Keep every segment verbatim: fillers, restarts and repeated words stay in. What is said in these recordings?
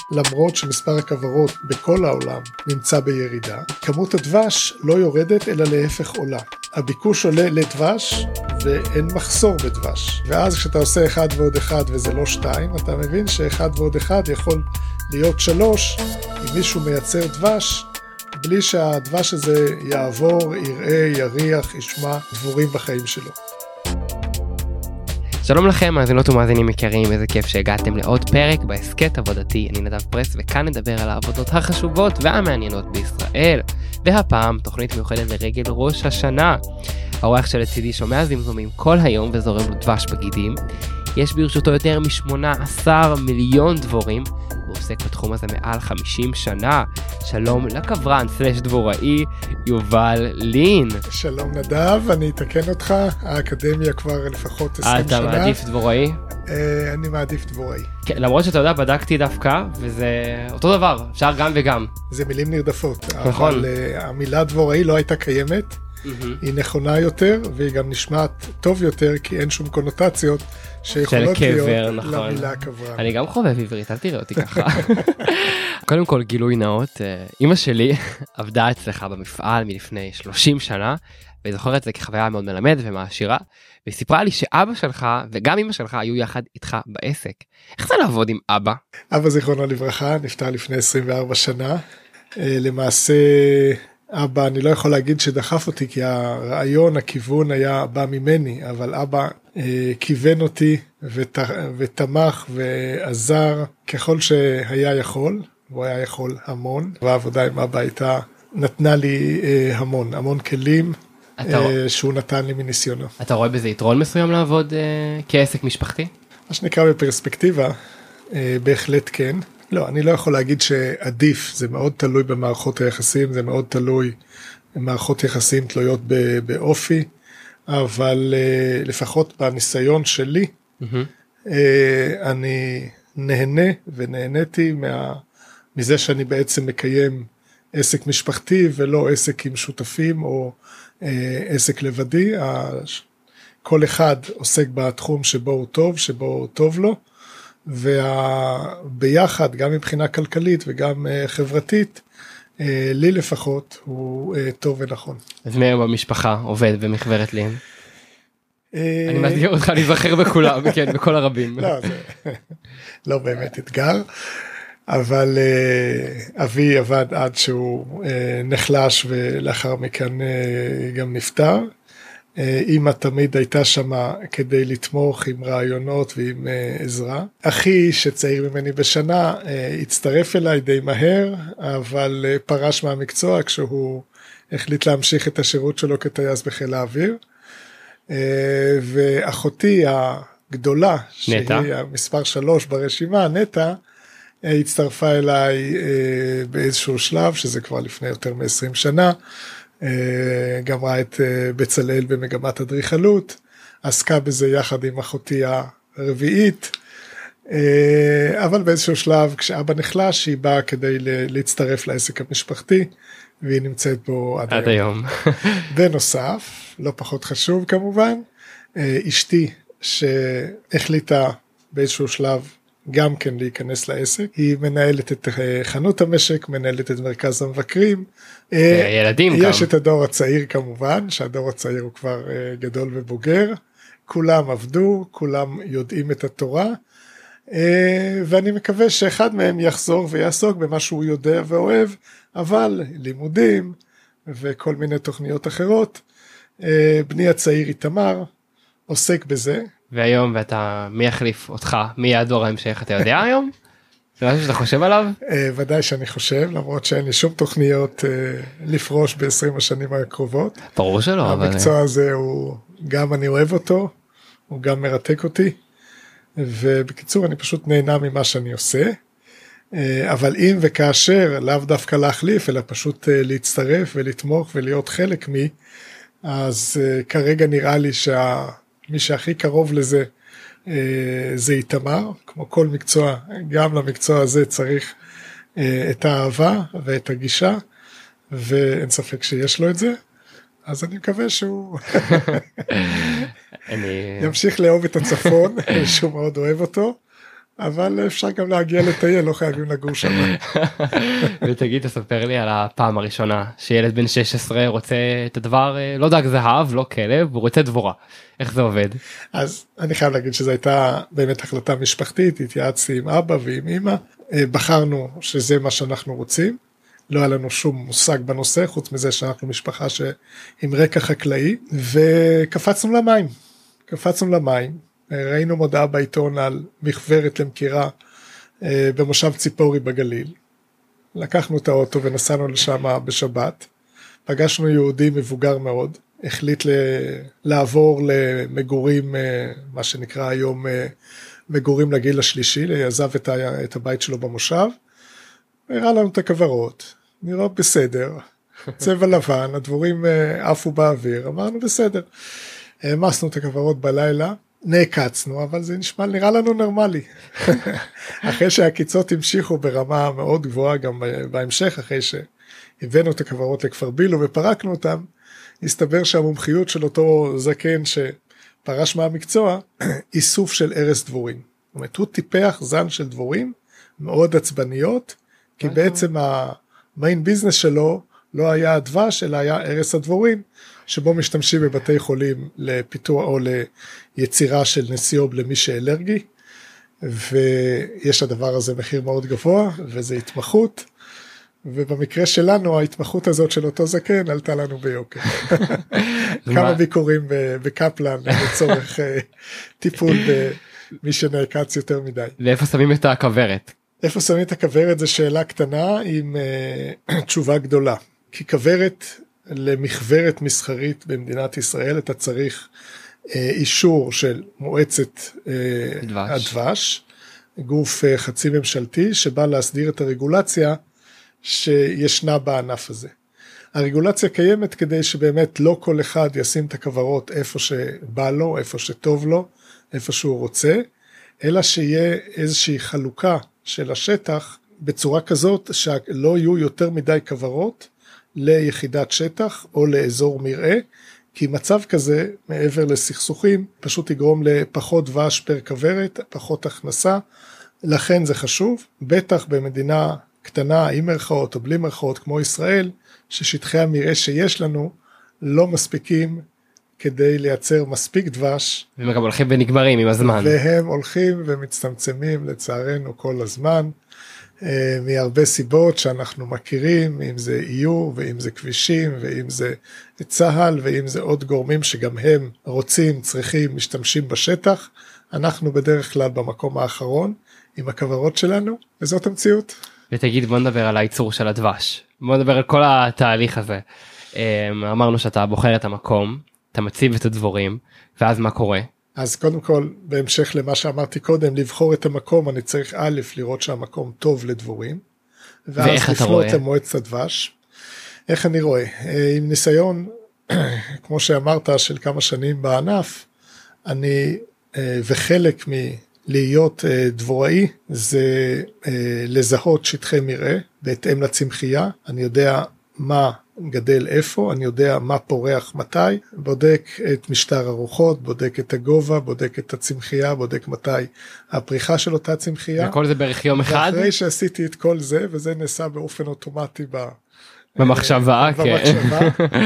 למרות שמספר הכוורות בכל העולם נמצא בירידה, כמות הדבש לא יורדת אלא להפך עולה. הביקוש עולה לדבש ואין מחסור בדבש. ואז כשאתה עושה אחד ועוד אחד וזה לא שתיים, אתה מבין שאחד ועוד אחד יכול להיות שלוש, אם מישהו מייצר דבש, בלי שהדבש הזה יעבור, יראה, יריח, ישמע דבורים בחיים שלו. שלום לכם, מאזינות ומאזינים יקרים, איזה כיף שהגעתם לעוד פרק בהסכת עבודתי. אני נדב פרס, וכאן נדבר על העבודות החשובות והמעניינות בישראל. והפעם תוכנית מיוחדת לרגל ראש השנה. האורח שלצידי שומע זמזומים כל היום וזורם לו דבש בגידים. יש ברשותו יותר מ-שמונה עשר מיליון דבורים, הוא עוסק בתחום הזה מעל חמישים שנה. שלום לקברן סלש דבוראי יובל לין. שלום נדב, אני אתקן אותך, האקדמיה כבר לפחות עשרים אתה שנה. אתה מעדיף דבוראי? אה, אני מעדיף דבוראי. כן, למרות שאתה יודע, בדקתי דווקא, וזה אותו דבר, אפשר גם וגם. זה מילים נרדפות, נכון. אבל uh, המילה דבוראי לא הייתה קיימת, mm-hmm. היא נכונה יותר, והיא גם נשמעת טוב יותר, כי אין שום קונוטציות שיכולות קבר, להיות נכון. למילה קברן. אני גם חובב עברית, אל תראה אותי ככה. קודם כל גילוי נאות, אמא שלי עבדה אצלך במפעל מלפני שלושים שנה, והיא זוכרת את זה כחוויה מאוד מלמד ומעשירה, והיא סיפרה לי שאבא שלך וגם אמא שלך היו יחד איתך בעסק. איך זה לעבוד עם אבא? אבא זיכרונו לברכה, נפטר לפני עשרים וארבע שנה. למעשה אבא, אני לא יכול להגיד שדחף אותי, כי הרעיון, הכיוון היה בא ממני, אבל אבא אה, כיוון אותי ות, ותמך ועזר ככל שהיה יכול, הוא היה יכול המון, והעבודה עם אבא הייתה, נתנה לי אה, המון, המון כלים אתה... אה, שהוא נתן לי מניסיונו. אתה רואה בזה יתרון מסוים לעבוד אה, כעסק משפחתי? מה שנקרא בפרספקטיבה, אה, בהחלט כן. לא, אני לא יכול להגיד שעדיף, זה מאוד תלוי במערכות היחסים, זה מאוד תלוי, מערכות יחסים תלויות באופי, אבל uh, לפחות בניסיון שלי, mm-hmm. uh, אני נהנה ונהניתי מה, מזה שאני בעצם מקיים עסק משפחתי, ולא עסק עם שותפים או uh, עסק לבדי. כל אחד עוסק בתחום שבו הוא טוב, שבו הוא טוב לו, וביחד, גם מבחינה כלכלית וגם חברתית, לי לפחות, הוא טוב ונכון. אז מי היום במשפחה עובד במחברת לין? אני מאתגר אותך להיזכר בכולם, כן, בכל הרבים. לא, זה לא באמת אתגר, אבל אבי עבד עד שהוא נחלש ולאחר מכן גם נפטר. אמא תמיד הייתה שמה כדי לתמוך עם רעיונות ועם עזרה. אחי שצעיר ממני בשנה הצטרף אליי די מהר, אבל פרש מהמקצוע כשהוא החליט להמשיך את השירות שלו כטייס בחיל האוויר. ואחותי הגדולה, נטע. שהיא המספר שלוש ברשימה, נטע, הצטרפה אליי באיזשהו שלב, שזה כבר לפני יותר מ-עשרים שנה, גם ראה את בצלאל במגמת אדריכלות, עסקה בזה יחד עם אחותי הרביעית, אבל באיזשהו שלב כשאבא נחלש היא באה כדי להצטרף לעסק המשפחתי, והיא נמצאת בו עד, עד היום. בנוסף, לא פחות חשוב כמובן, אשתי שהחליטה באיזשהו שלב גם כן להיכנס לעסק, היא מנהלת את חנות המשק, מנהלת את מרכז המבקרים. ילדים גם. יש את הדור הצעיר כמובן, שהדור הצעיר הוא כבר גדול ובוגר, כולם עבדו, כולם יודעים את התורה, ואני מקווה שאחד מהם יחזור ויעסוק במה שהוא יודע ואוהב, אבל לימודים וכל מיני תוכניות אחרות, בני הצעיר איתמר עוסק בזה. והיום, ואתה, מי יחליף אותך? מי יהיה הדור ההמשך? אתה יודע היום? זה משהו שאתה חושב עליו? ודאי שאני חושב, למרות שאין לי שום תוכניות לפרוש ב-עשרים השנים הקרובות. ברור שלא. המקצוע הזה הוא, גם אני אוהב אותו, הוא גם מרתק אותי, ובקיצור אני פשוט נהנה ממה שאני עושה, אבל אם וכאשר, לאו דווקא להחליף, אלא פשוט להצטרף ולתמוך ולהיות חלק מי, אז כרגע נראה לי שה... מי שהכי קרוב לזה, זה איתמר, כמו כל מקצוע, גם למקצוע הזה צריך את האהבה ואת הגישה, ואין ספק שיש לו את זה, אז אני מקווה שהוא ימשיך לאהוב את הצפון, שהוא מאוד אוהב אותו, אבל אפשר גם להגיע לטייל, לא חייבים לגור שם. ותגיד, תספר לי על הפעם הראשונה שילד בן שש עשרה רוצה את הדבר, לא דג זהב, לא כלב, הוא רוצה דבורה. איך זה עובד? אז אני חייב להגיד שזו הייתה באמת החלטה משפחתית, התייעצתי עם אבא ועם אמא, בחרנו שזה מה שאנחנו רוצים, לא היה לנו שום מושג בנושא, חוץ מזה שאנחנו משפחה עם רקע חקלאי, וקפצנו למים, קפצנו למים, ראינו מודעה בעיתון על מכוורת למכירה במושב ציפורי בגליל, לקחנו את האוטו ונסענו לשם בשבת, פגשנו יהודי מבוגר מאוד, החליט לעבור למגורים, מה שנקרא היום מגורים לגיל השלישי, עזב את הבית שלו במושב, הראה לנו את הכוורות, נראה בסדר, צבע לבן, הדבורים עפו באוויר, אמרנו בסדר, העמסנו את הכוורות בלילה, נעקצנו, אבל זה נשמע, נראה לנו נורמלי. אחרי שהקיצות המשיכו ברמה מאוד גבוהה גם בהמשך, אחרי שהבאנו את הכוורות לכפר בילו ופרקנו אותם, הסתבר שהמומחיות של אותו זקן שפרש מהמקצוע, איסוף של ערס דבורים. זאת אומרת, הוא טיפח זן של דבורים מאוד עצבניות, כי בעצם המיין ביזנס שלו לא היה הדבש, אלא היה ערס הדבורים, שבו משתמשים בבתי חולים לפיתוח או ליצירה של נסיוב למי שאלרגי, ויש הדבר הזה מחיר מאוד גבוה, וזה התמחות, ובמקרה שלנו ההתמחות הזאת של אותו זקן עלתה לנו ביוקר. כמה ביקורים בקפלן לצורך טיפול במי שנעקץ יותר מדי. ואיפה שמים את הכוורת? איפה שמים את הכוורת זו שאלה קטנה עם תשובה גדולה, כי כוורת למכוורת מסחרית במדינת ישראל אתה צריך אישור של מועצת דבש. הדבש, גוף חצי ממשלתי שבא להסדיר את הרגולציה שישנה בענף הזה. הרגולציה קיימת כדי שבאמת לא כל אחד ישים את הכוורות איפה שבא לו, איפה שטוב לו, איפה שהוא רוצה, אלא שיהיה איזושהי חלוקה של השטח בצורה כזאת שלא יהיו יותר מדי כוורות ליחידת שטח או לאזור מרעה, כי מצב כזה מעבר לסכסוכים פשוט יגרום לפחות דבש פר כוורת, פחות הכנסה, לכן זה חשוב, בטח במדינה קטנה עם מרכאות או בלי מרכאות כמו ישראל, ששטחי המרעה שיש לנו לא מספיקים כדי לייצר מספיק דבש. והם גם הולכים ונגמרים עם הזמן. והם הולכים ומצטמצמים לצערנו כל הזמן, מהרבה סיבות שאנחנו מכירים, אם זה איור ואם זה כבישים ואם זה צהל ואם זה עוד גורמים שגם הם רוצים, צריכים, משתמשים בשטח, אנחנו בדרך כלל במקום האחרון עם הכוורות שלנו, וזאת המציאות. ותגיד, בוא נדבר על הייצור של הדבש, בוא נדבר על כל התהליך הזה. אמרנו שאתה בוחר את המקום, אתה מציב את הדבורים, ואז מה קורה? אז קודם כל, בהמשך למה שאמרתי קודם, לבחור את המקום, אני צריך א', לראות שהמקום טוב לדבורים, ואז לפנות למועצת הדבש. איך אני רואה? עם ניסיון, כמו שאמרת, של כמה שנים בענף, אני, וחלק מלהיות דבוראי, זה לזהות שטחי מרעה, בהתאם לצמחייה, אני יודע מה גדל איפה, אני יודע מה פורח מתי, בודק את משטר הרוחות, בודק את הגובה, בודק את הצמחייה, בודק מתי הפריחה של אותה צמחייה. וכל זה בערך יום אחד? ואחרי שעשיתי את כל זה, וזה נעשה באופן אוטומטי ב... במחשבה, במחשבה,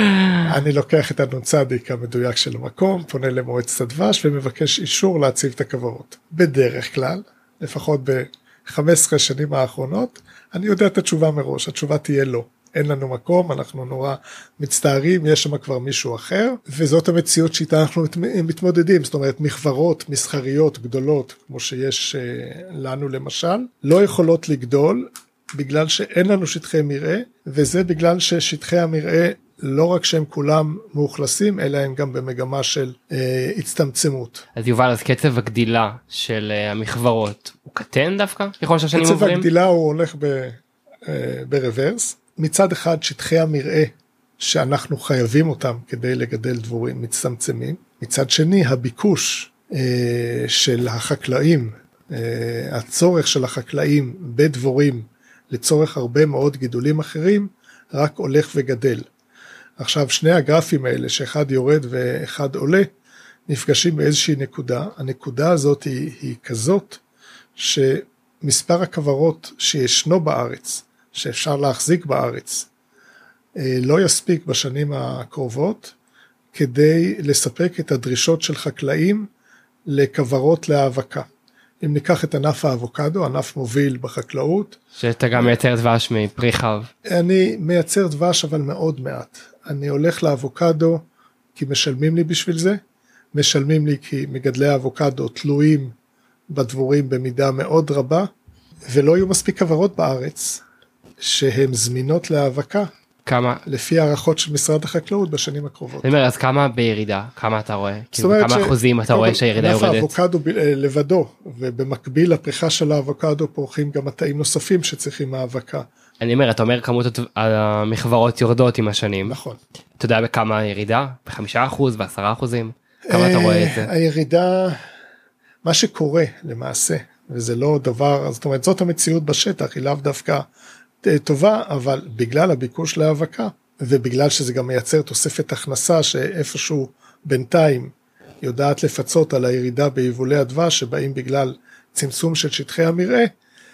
אני לוקח את הנוצדיק המדויק של המקום, פונה למועצת הדבש ומבקש אישור להציב את הכוורות. בדרך כלל, לפחות ב-חמש עשרה שנים האחרונות, אני יודע את התשובה מראש, התשובה תהיה לא. אין לנו מקום, אנחנו נורא מצטערים, יש שם כבר מישהו אחר, וזאת המציאות שאיתה אנחנו מתמודדים, זאת אומרת, מכוורות מסחריות גדולות, כמו שיש לנו למשל, לא יכולות לגדול, בגלל שאין לנו שטחי מרעה, וזה בגלל ששטחי המרעה, לא רק שהם כולם מאוכלסים, אלא הם גם במגמה של אה, הצטמצמות. אז יובל, אז קצב הגדילה של אה, המכוורות, הוא קטן דווקא? ככל שהשנים עוברים? קצב הגדילה הוא הולך ב, אה, ברוורס, מצד אחד שטחי המרעה שאנחנו חייבים אותם כדי לגדל דבורים מצטמצמים, מצד שני הביקוש אה, של החקלאים, אה, הצורך של החקלאים בדבורים לצורך הרבה מאוד גידולים אחרים, רק הולך וגדל. עכשיו שני הגרפים האלה שאחד יורד ואחד עולה, נפגשים באיזושהי נקודה, הנקודה הזאת היא, היא כזאת שמספר הכוורות שישנו בארץ, שאפשר להחזיק בארץ, לא יספיק בשנים הקרובות, כדי לספק את הדרישות של חקלאים לכוורות להאבקה. אם ניקח את ענף האבוקדו, ענף מוביל בחקלאות. שאתה גם מייצר דבש מפרי חב. אני מייצר דבש אבל מאוד מעט. אני הולך לאבוקדו כי משלמים לי בשביל זה, משלמים לי כי מגדלי האבוקדו תלויים בדבורים במידה מאוד רבה, ולא יהיו מספיק כוורות בארץ שהן זמינות להאבקה. כמה? לפי הערכות של משרד החקלאות בשנים הקרובות. זאת אומרת, אז כמה בירידה? כמה אתה רואה? כאילו, כמה אחוזים אתה רואה שהירידה יורדת? ענף האבוקדו לבדו, ובמקביל לפריחה של האבוקדו פורחים גם מטעים נוספים שצריכים האבקה. אני אומר, אתה אומר כמות המחברות יורדות עם השנים. נכון. אתה יודע בכמה הירידה? בחמישה אחוז, בעשרה אחוזים? כמה אתה רואה את זה? הירידה, מה שקורה למעשה, וזה לא דבר, זאת אומרת, זאת המציאות בשטח, היא לאו דווקא טובה, אבל בגלל הביקוש להאבקה, ובגלל שזה גם מייצר תוספת הכנסה שאיפשהו בינתיים יודעת לפצות על הירידה ביבולי הדבש שבאים בגלל צמצום של שטחי המרעה,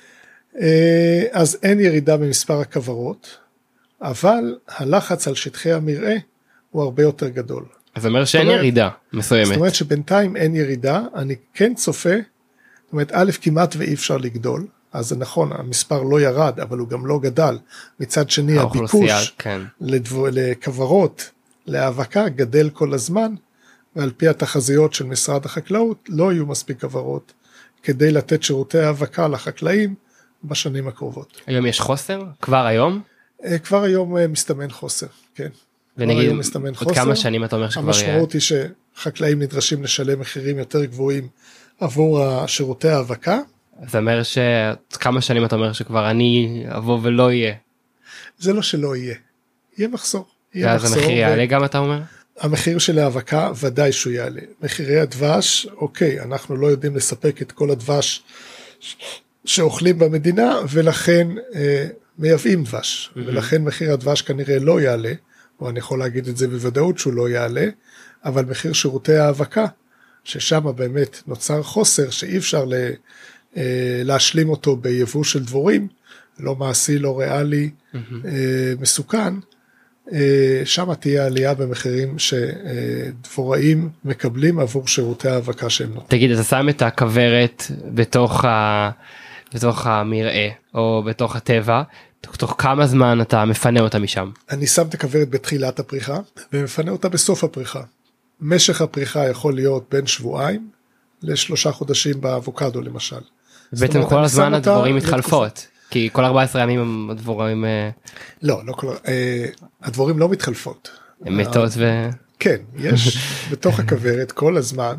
אז אין ירידה במספר הכוורות, אבל הלחץ על שטחי המרעה הוא הרבה יותר גדול. אז אומר שאין אומרת, ירידה מסוימת. זאת אומרת שבינתיים אין ירידה, אני כן צופה, זאת אומרת א' כמעט ואי אפשר לגדול, אז זה נכון, המספר לא ירד, אבל הוא גם לא גדל. מצד שני, הביקוש כן. לדו, לכוורות, להאבקה, גדל כל הזמן, ועל פי התחזיות של משרד החקלאות, לא יהיו מספיק כוורות, כדי לתת שירותי האבקה לחקלאים בשנים הקרובות. היום יש חוסר? כבר היום? כבר היום מסתמן חוסר, כן. ונגיד, עוד חוסר. כמה שנים אתה אומר שכבר יהיה? המשמעות היא שחקלאים נדרשים לשלם מחירים יותר גבוהים עבור שירותי האבקה, זה אומר שכמה שנים אתה אומר שכבר אני אבוא ולא יהיה. זה לא שלא יהיה. יהיה מחסור. ואז המחיר יעלה גם אתה אומר? המחיר של האבקה ודאי שהוא יעלה. מחירי הדבש, אוקיי, אנחנו לא יודעים לספק את כל הדבש שאוכלים במדינה, ולכן אה, מייבאים דבש. Mm-hmm. ולכן מחיר הדבש כנראה לא יעלה, או אני יכול להגיד את זה בוודאות שהוא לא יעלה, אבל מחיר שירותי האבקה, ששם באמת נוצר חוסר שאי אפשר ל... להשלים אותו ביבוא של דבורים, לא מעשי, לא ריאלי, mm-hmm. מסוכן, שם תהיה עלייה במחירים שדבוראים מקבלים עבור שירותי האבקה שהם נותנים. תגיד, אתה שם את הכוורת בתוך, ה... בתוך המרעה, או בתוך הטבע, תוך, תוך כמה זמן אתה מפנה אותה משם? אני שם את הכוורת בתחילת הפריחה, ומפנה אותה בסוף הפריחה. משך הפריחה יכול להיות בין שבועיים, לשלושה חודשים באבוקדו למשל. בעצם כל הזמן הדבורים מתחלפות, כי כל ארבעה עשר ימים הדבורים... לא, לא כל... הדבורים לא מתחלפות. הן מתות ו... כן, יש בתוך הכוורת כל הזמן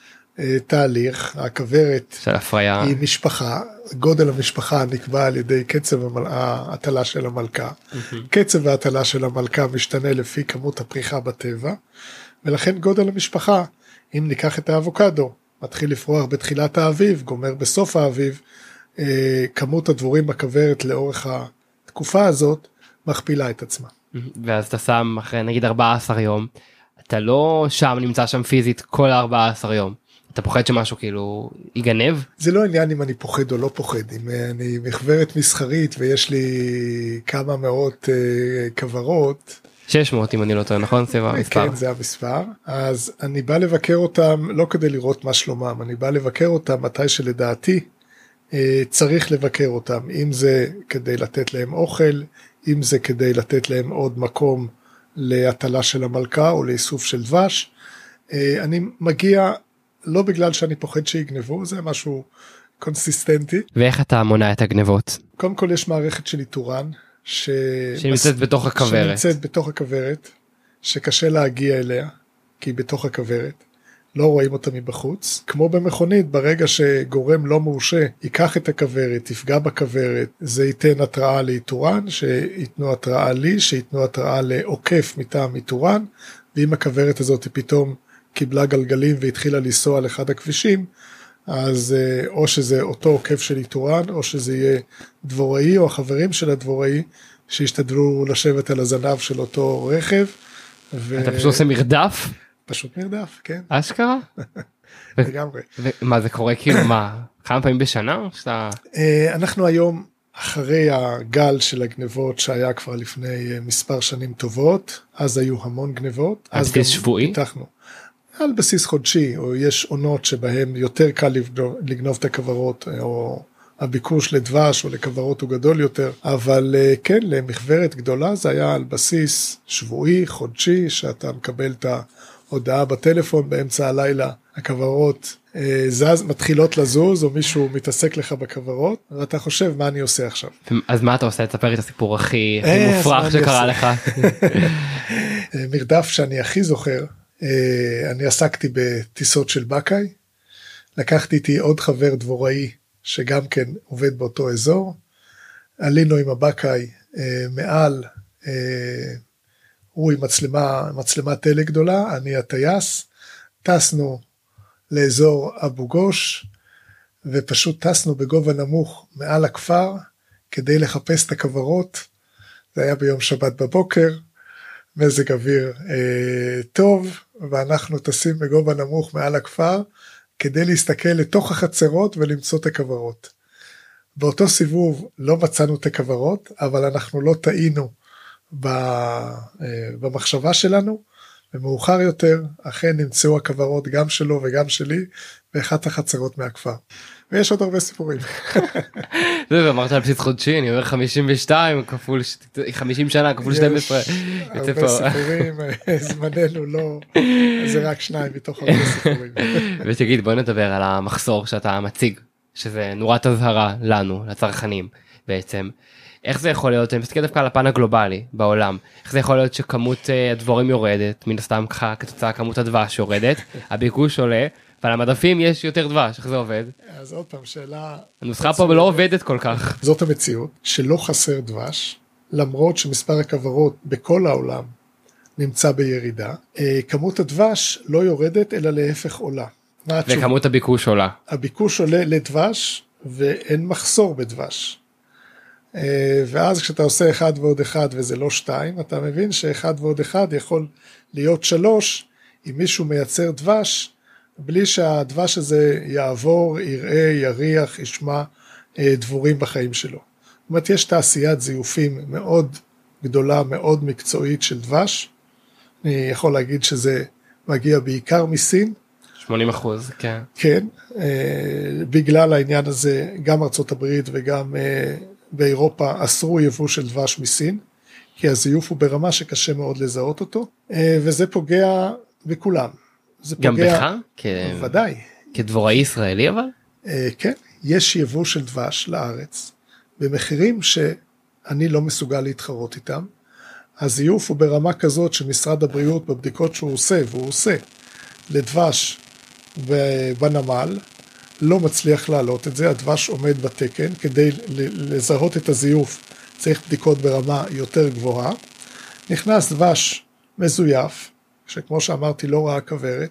תהליך, הכוורת של הפריה. היא משפחה, גודל המשפחה נקבע על ידי קצב ההטלה של המלכה. קצב ההטלה של המלכה משתנה לפי כמות הפריחה בטבע, ולכן גודל המשפחה, אם ניקח את האבוקדו, מתחיל לפרוח בתחילת האביב, גומר בסוף האביב, כמות הדבורים בכוורת לאורך התקופה הזאת, מכפילה את עצמה. ואז אתה שם אחרי נגיד ארבעה עשר יום, אתה לא שם נמצא שם פיזית כל ארבעה עשר יום, אתה פוחד שמשהו כאילו ייגנב? זה לא עניין אם אני פוחד או לא פוחד, אם אני מחוורת מסחרית ויש לי כמה מאות כוורות, שש מאות אם אני לא טועה, נכון? זה המספר. כן, זה המספר. אז אני בא לבקר אותם, לא כדי לראות מה שלומם, אני בא לבקר אותם מתי שלדעתי צריך לבקר אותם, אם זה כדי לתת להם אוכל, אם זה כדי לתת להם עוד מקום להטלה של המלכה או לאיסוף של דבש. אני מגיע לא בגלל שאני פוחד שיגנבו, זה משהו קונסיסטנטי. ואיך אתה מונע את הגנבות? קודם כל יש מערכת של איתורן, ש... שנמצאת בתוך הכוורת. שנמצאת בתוך הכוורת, שקשה להגיע אליה, כי היא בתוך הכוורת. לא רואים אותה מבחוץ. כמו במכונית, ברגע שגורם לא מורשה ייקח את הכוורת, יפגע בכוורת, זה ייתן התראה לאיתורן, שיתנו התראה לי, שיתנו התראה לעוקף מטעם איתורן, ואם הכוורת הזאת פתאום קיבלה גלגלים והתחילה לנסוע על אחד הכבישים, אז או שזה אותו עוקף של איתורן, או שזה יהיה דבוראי או החברים של הדבוראי, שישתדלו לשבת על הזנב של אותו רכב. ו... אתה פשוט עושה מרדף? פשוט מרדף, כן. אשכרה? לגמרי. מה זה קורה כאילו מה? כמה פעמים בשנה? אנחנו היום אחרי הגל של הגנבות שהיה כבר לפני מספר שנים טובות, אז היו המון גנבות. על בסיס שבועי? פיתחנו. על בסיס חודשי, או יש עונות שבהם יותר קל לגנוב את הכוורות, או הביקוש לדבש או לכוורות הוא גדול יותר, אבל כן, למחברת גדולה זה היה על בסיס שבועי, חודשי, שאתה מקבל את ההודעה בטלפון באמצע הלילה, הכוורות זז, מתחילות לזוז, או מישהו מתעסק לך בכוורות, ואתה חושב מה אני עושה עכשיו. אז מה אתה עושה? תספר לי את הסיפור הכי מופרך שקרה לך. מרדף שאני הכי זוכר, אני עסקתי בטיסות של בקאי, לקחתי איתי עוד חבר דבוראי, שגם כן עובד באותו אזור, עלינו עם הבקאי מעל, הוא עם מצלמה, מצלמה טלה גדולה, אני הטייס, טסנו לאזור אבו גוש, ופשוט טסנו בגובה נמוך מעל הכפר, כדי לחפש את הכוורות, זה היה ביום שבת בבוקר, מזג אוויר אה, טוב, ואנחנו טסים בגובה נמוך מעל הכפר, כדי להסתכל לתוך החצרות ולמצוא את הכוורות. באותו סיבוב לא מצאנו את הכוורות, אבל אנחנו לא טעינו במחשבה שלנו, ומאוחר יותר אכן נמצאו הכוורות גם שלו וגם שלי, באחת החצרות מהכפר. ויש עוד הרבה סיפורים. זה, אמרת על בסיס חודשי, אני אומר חמישים ושתיים כפול חמישים שנה כפול שתים עשרה. יש הרבה סיפורים, זמננו לא, זה רק שניים מתוך הרבה סיפורים. ותגיד, בוא נדבר על המחסור שאתה מציג, שזה נורת אזהרה לנו, לצרכנים בעצם. איך זה יכול להיות, אני מסתכל דווקא על הפן הגלובלי בעולם, איך זה יכול להיות שכמות הדבורים יורדת, מן הסתם כתוצאה כמות הדבש יורדת, הביקוש עולה, ועל המדפים יש יותר דבש, איך זה עובד? אז עוד פעם, שאלה... הנוסחה פה לא עובדת כל כך. זאת המציאות, שלא חסר דבש, למרות שמספר הכוורות בכל העולם נמצא בירידה, כמות הדבש לא יורדת, אלא להפך עולה. וכמות הביקוש עולה. הביקוש עולה לדבש, ואין מחסור בדבש. ואז כשאתה עושה אחד ועוד אחד וזה לא שתיים, אתה מבין שאחד ועוד אחד יכול להיות שלוש, אם מישהו מייצר דבש, בלי שהדבש הזה יעבור, יראה, יריח, ישמע דבורים בחיים שלו. זאת אומרת, יש תעשיית זיופים מאוד גדולה, מאוד מקצועית של דבש. אני יכול להגיד שזה מגיע בעיקר מסין. שמונים אחוז, כן. כן, בגלל העניין הזה, גם ארצות הברית וגם באירופה אסרו יבוא של דבש מסין, כי הזיוף הוא ברמה שקשה מאוד לזהות אותו, וזה פוגע בכולם. גם בך? ודאי. כדבוראי ישראלי אבל? כן, יש יבוא של דבש לארץ, במחירים שאני לא מסוגל להתחרות איתם. הזיוף הוא ברמה כזאת שמשרד הבריאות בבדיקות שהוא עושה, והוא עושה לדבש בנמל, לא מצליח לעלות את זה, הדבש עומד בתקן, כדי לזהות את הזיוף צריך בדיקות ברמה יותר גבוהה. נכנס דבש מזויף, שכמו שאמרתי לא ראה כוורת,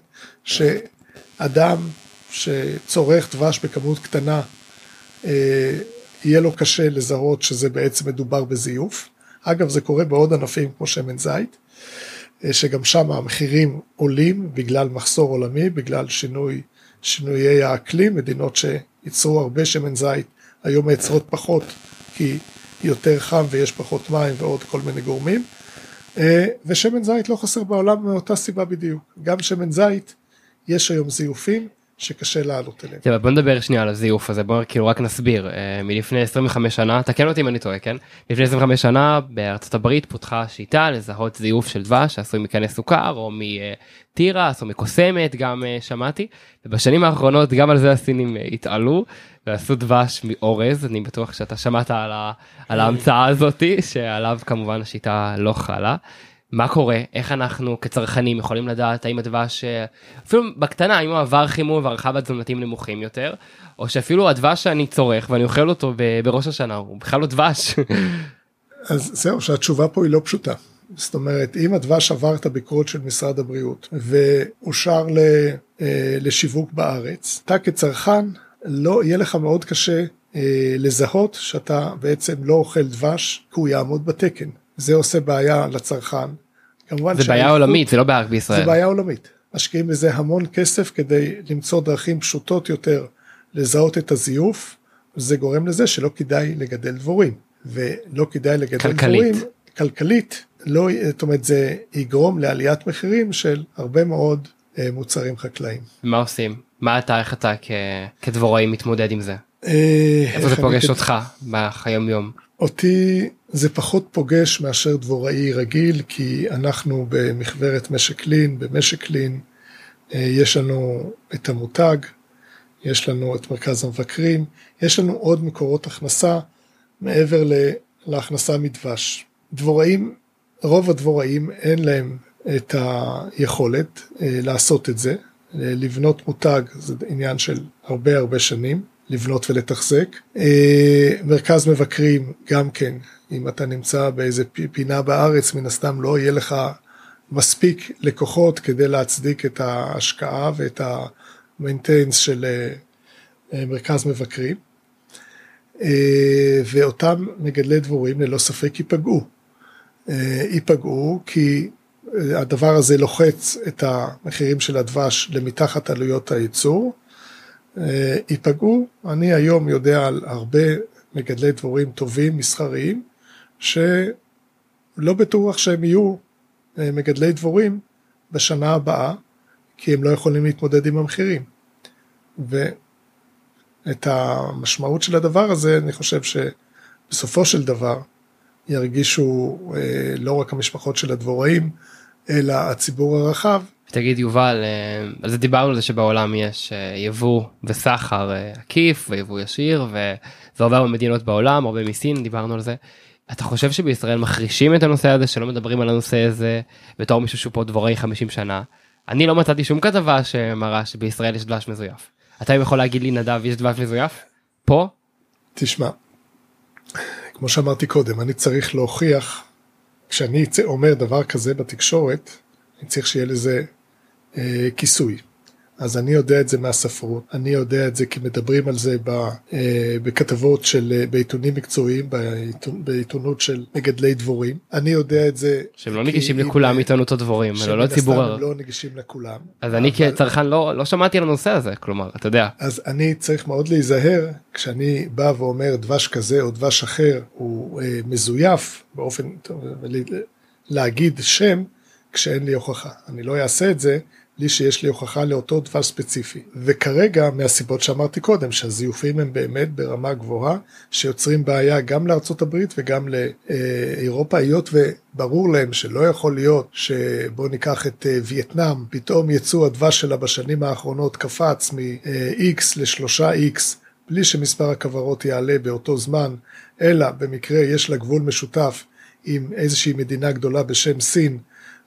שאדם שצורך דבש בכמות קטנה, יהיה לו קשה לזהות שזה בעצם מדובר בזיוף. אגב, זה קורה בעוד ענפים כמו שמן זית, שגם שם המחירים עולים בגלל מחסור עולמי, בגלל שינוי, שינויי האקלים, מדינות שייצרו הרבה שמן זית, היום מייצרות פחות, כי יותר חם ויש פחות מים ועוד כל מיני גורמים, ושמן זית לא חסר בעולם מאותה סיבה בדיוק. גם שמן זית, יש היום זיופים שקשה לעלות אליהם. טוב, בוא נדבר שנייה על הזיוף הזה, בוא כאילו רק נסביר. מלפני עשרים וחמש שנה, תקן אותי אם אני טועה, כן? לפני עשרים וחמש שנה בארצות הברית פותחה שיטה לזהות זיוף של דבש, שעשוי מקנה סוכר או מתירס או מקוסמת, גם שמעתי. ובשנים האחרונות גם על זה הסינים התעלו, ועשו דבש מאורז. אני בטוח שאתה שמעת על, ה... על ההמצאה הזאת, שעליו כמובן השיטה לא חלה. מה קורה? איך אנחנו כצרכנים יכולים לדעת האם הדבש, אפילו בקטנה, האם הוא עבר חימום וערכיו התזונתיים נמוכים יותר, או שאפילו הדבש שאני צורך ואני אוכל אותו בראש השנה, הוא בכלל לא דבש. אז זהו, שהתשובה פה היא לא פשוטה. זאת אומרת, אם הדבש עבר את הביקורת של משרד הבריאות, ואושר לשיווק בארץ, אתה כצרכן, לא יהיה לך מאוד קשה לזהות שאתה בעצם לא אוכל דבש, כי הוא יעמוד בתקן. זה עושה בעיה לצרכן. זה בעיה עולמית, זה לא בעיה בישראל. זה בעיה עולמית. משקיעים בזה המון כסף כדי למצוא דרכים פשוטות יותר לזהות את הזיוף, זה גורם לזה שלא כדאי לגדל דבורים, ולא כדאי לגדל כלכלית. דבורים, כלכלית, לא, זאת אומרת זה יגרום לעליית מחירים של הרבה מאוד אה, מוצרים חקלאיים. מה עושים? מה אתה, איך אתה כ... כדבוראי מתמודד עם זה? אה, איפה זה פוגש אותך ביום יום? אותי זה פחות פוגש מאשר דבוראי רגיל, כי אנחנו במחברת משק לין, במשק לין, יש לנו את המותג, יש לנו את מרכז המבקרים, יש לנו עוד מקורות הכנסה מעבר להכנסה מדבש. דבוראים, רוב הדבוראים אין להם את היכולת לעשות את זה, לבנות מותג, זה עניין של הרבה הרבה שנים. לבנות ולתחזק. מרכז מבקרים גם כן, אם אתה נמצא באיזה פינה בארץ, מן הסתם לא יהיה לך מספיק לקוחות כדי להצדיק את ההשקעה ואת המיינטיינס של מרכז מבקרים. ואותם מגדלי דבורים ללא ספק ייפגעו. ייפגעו כי הדבר הזה לוחץ את המחירים של הדבש למתחת עלויות הייצור, ייפגעו. אני היום יודע על הרבה מגדלי דבורים טובים, מסחריים, שלא בטוח שהם יהיו מגדלי דבורים בשנה הבאה, כי הם לא יכולים להתמודד עם המחירים. ואת המשמעות של הדבר הזה, אני חושב שבסופו של דבר, ירגישו לא רק המשפחות של הדבוראים, אלא הציבור הרחב. תגיד יובל, על זה דיברנו על זה שבעולם יש יבוא וסחר עקיף ויבוא ישיר, וזה עובר במדינות בעולם, הרבה מסין, דיברנו על זה. אתה חושב שבישראל מחרישים את הנושא הזה, שלא מדברים על הנושא הזה, בתור מישהו שהוא פה דבוראי חמישים שנה? אני לא מצאתי שום כתבה שמראה שבישראל יש דבש מזויף. אתה יכול להגיד לי, נדב, יש דבש מזויף? פה? תשמע, כמו שאמרתי קודם, אני צריך להוכיח, כשאני אומר דבר כזה בתקשורת, אני צריך שיהיה לזה אה, כיסוי. אז אני יודע את זה מהספרות, אני יודע את זה כי מדברים על זה ב, אה, בכתבות של, בעיתונים מקצועיים, בעיתונות, בעיתונות של מגדלי דבורים. אני יודע את זה... שהם לא נגישים לכולם עיתונות הדבורים, אלא לא ציבור... שהם לא נגישים לכולם. אז אני אבל... כצרכן לא, לא שמעתי על הנושא הזה, כלומר, אתה יודע. אז אני צריך מאוד להיזהר, כשאני בא ואומר דבש כזה או דבש אחר, הוא אה, מזויף באופן, להגיד שם, כשאין לי הוכחה. אני לא אעשה את זה, לי שיש לי הוכחה לאותו דבש ספציפי. וכרגע, מהסיבות שאמרתי קודם, שהזיופים הם באמת ברמה גבוהה, שיוצרים בעיה גם לארצות הברית וגם לאירופה, היות וברור להם שלא יכול להיות שבוא ניקח את וייטנאם, פתאום יצוא הדבש שלה בשנים האחרונות קפץ מ-X ל-שלושה איקס, בלי שמספר הכוורות יעלה באותו זמן, אלא במקרה יש לה גבול משותף עם איזושהי מדינה גדולה בשם סין,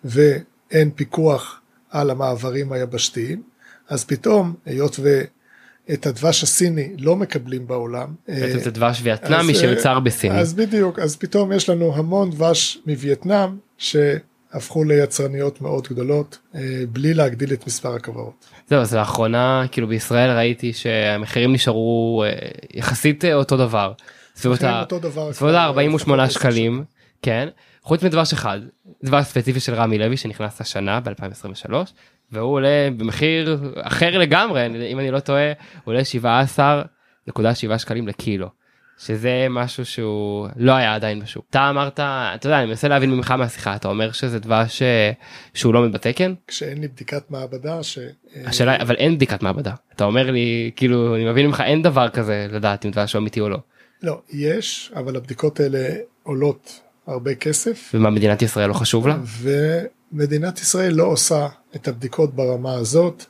ואין פיקוח על המעברים היבשתיים, אז פתאום, היות ואת הדבש הסיני לא מקבלים בעולם. זה דבש וייטנאמי שיוצר בסין. אז בדיוק, אז פתאום יש לנו המון דבש מווייטנאם, שהפכו ליצרניות מאוד גדולות, בלי להגדיל את מספר הכוורות. זהו, אז לאחרונה, כאילו בישראל ראיתי שהמחירים נשארו יחסית אותו דבר. סביבות ה-ארבעים ושמונה שקלים, כן. חוץ מדבש אחד, דבש ספציפי של רמי לוי שנכנס השנה ב-אלפיים עשרים ושלוש, והוא עולה במחיר אחר לגמרי, אם אני לא טועה, הוא עולה שבע עשרה נקודה שבע שקלים לקילו, שזה משהו שהוא לא היה עדיין בשוק. אתה אמרת, אתה יודע, אני מנסה להבין ממך מהשיחה, אתה אומר שזה דבש שהוא לא בתקן? כשאין לי בדיקת מעבדה ש... השאלה, אבל אין בדיקת מעבדה. אתה אומר לי, כאילו, אני מבין ממך, אין דבר כזה לדעת אם דבש הוא אמיתי או לא. לא, יש, אבל הבדיקות האלה עולות הרבה כסף. ומה, מדינת ישראל לא חשוב לה? ומדינת ישראל לא עושה את הבדיקות ברמה הזאת,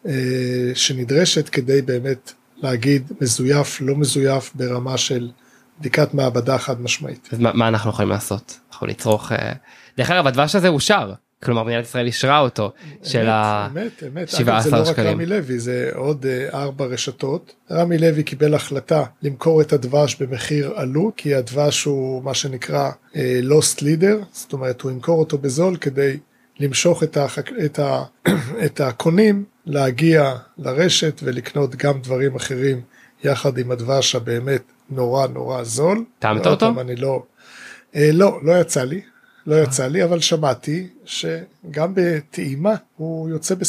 שנדרשת כדי באמת להגיד מזויף, לא מזויף, ברמה של בדיקת מעבדה חד משמעית. אז מה, מה אנחנו יכולים לעשות? אנחנו לצרוך... דרך אגב, הדבש הזה אושר. כלומר, מדינת ישראל אישרה אותו, של ה-שבעה עשר שקלים. זה לא רק רמי לוי, זה עוד ארבע רשתות. רמי לוי קיבל החלטה למכור את הדבש במחיר עלות, כי הדבש הוא מה שנקרא lost leader, זאת אומרת, הוא ימכור אותו בזול כדי למשוך את, החק... את, ה... את הקונים, להגיע לרשת ולקנות גם דברים אחרים, יחד עם הדבש הבאמת נורא נורא זול. טעמת אותו? אני לא... לא, לא יצא לי. לא יצא לי, אבל שמעתי שגם בטעימה הוא יוצא בסדר.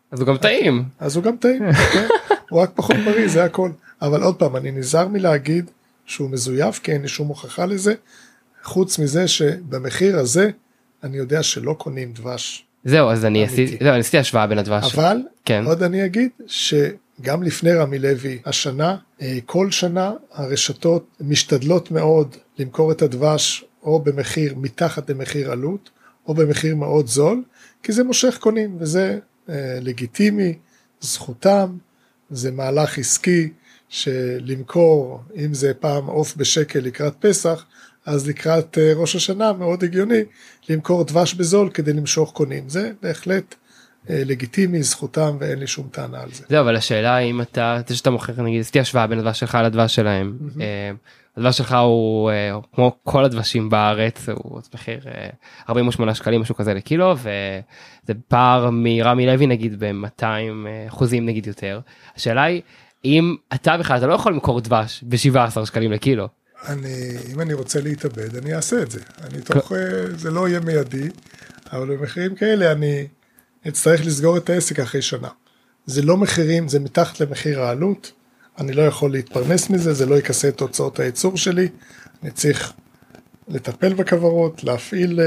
אז הוא גם טעים. אז הוא גם טעים, כן? הוא רק פחות בריא, זה הכל. אבל עוד פעם, אני נזהר מלהגיד שהוא מזויף, כי אין לי שום הוכחה לזה, חוץ מזה שבמחיר הזה, אני יודע שלא קונים דבש. זהו, אז אני עשיתי, זהו, אני עשיתי השוואה בין הדבש. אבל, כן. עוד אני אגיד, שגם לפני רמי לוי, השנה, כל שנה, הרשתות משתדלות מאוד למכור את הדבש, או במחיר מתחת למחיר עלות, או במחיר מאוד זול, כי זה מושך קונים, וזה אה, לגיטימי, זכותם, זה מהלך עסקי, שלמכור, אם זה פעם עוף בשקל לקראת פסח, אז לקראת אה, ראש השנה, מאוד הגיוני, למכור דבש בזול כדי למשוך קונים, זה בהחלט אה, לגיטימי, זכותם, ואין לי שום טענה על זה. זהו, אבל השאלה אם אתה, זה שאתה מוכר, נגיד, עשיתי השוואה בין הדבש שלך לדבש שלהם, mm-hmm. אה, הדבש שלך הוא אה, כמו כל הדבשים בארץ, הוא מחיר אה, ארבעים ושמונה שקלים, משהו כזה לקילו, וזה פער מרמי לוי נגיד ב-מאתיים אחוזים נגיד יותר. השאלה היא, אם אתה בכלל, אתה לא יכול למכור דבש ב-שבעה עשר שקלים לקילו. אני, אם אני רוצה להתאבד, אני אעשה את זה. אני תוך, זה לא יהיה מיידי, אבל במחירים כאלה אני אצטרך לסגור את העסק אחרי שנה. זה לא מחירים, זה מתחת למחיר העלות, אני לא יכול להתפרנס מזה, זה לא יכסה את תוצאות הייצור שלי, אני צריך לטפל בכוורות, להפעיל,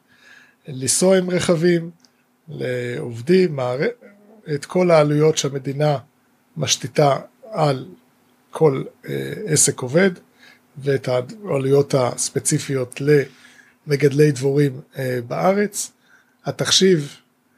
לנסוע עם רכבים, לעובדים, את כל העלויות שהמדינה משתיתה על כל עסק עובד, ואת העלויות הספציפיות למגדלי דבורים בארץ. התחשיב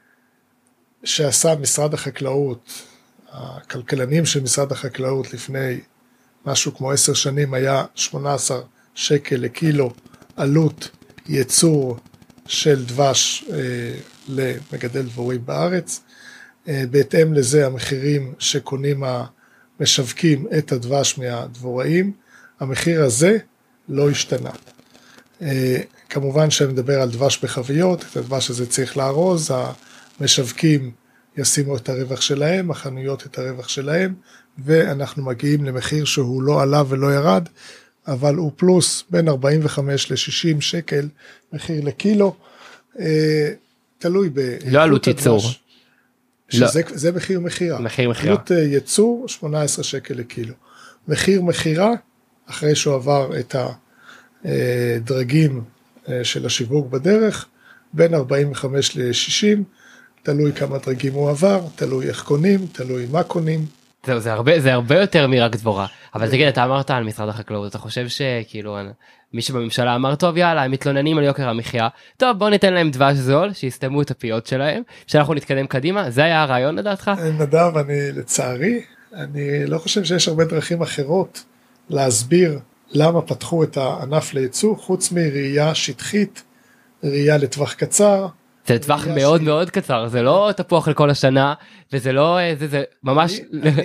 שעשה משרד החקלאות, הכלכלנים של משרד החקלאות לפני משהו כמו עשר שנים היה שמונה עשר שקל לקילו עלות ייצור של דבש אה, למגדל דבורים בארץ. אה, בהתאם לזה המחירים שקונים המשווקים את הדבש מהדבוראים, המחיר הזה לא השתנה. אה, כמובן שאני מדבר על דבש בחביות, את הדבש הזה צריך לארוז, המשווקים ישימו את הרווח שלהם, החנויות את הרווח שלהם, ואנחנו מגיעים למחיר שהוא לא עלה ולא ירד, אבל הוא פלוס בין ארבעים וחמש ל-שישים שקל מחיר לקילו, תלוי ב... לא עלות ייצור. שזה, זה מחיר מחירה. מחיר מחירה. עלות ייצור, שמונה עשרה שקל לקילו. מחיר מחירה, אחרי שהוא עבר את הדרגים של השיווק בדרך, בין ארבעים וחמש ל-שישים, תלוי כמה דרגים הוא עבר, תלוי איך קונים, תלוי מה קונים. זהו, זה הרבה, זה הרבה יותר מרק דבורה. אבל תגיד, אתה אמרת על משרד החקלאות, אתה חושב שכאילו מי שבממשלה אמר, טוב יאללה, הם מתלוננים על יוקר המחיה, טוב בוא ניתן להם דבש זול, שיסתמו את הפיות שלהם, שאנחנו נתקדם קדימה, זה היה הרעיון לדעתך? נדב, אני לצערי, אני לא חושב שיש הרבה דרכים אחרות להסביר למה פתחו את הענף לייצוא, חוץ מראייה שטחית, ראייה לטווח קצר, זה לטווח מאוד מאוד קצר, זה לא תפוח לכל השנה, וזה לא, זה, זה ממש...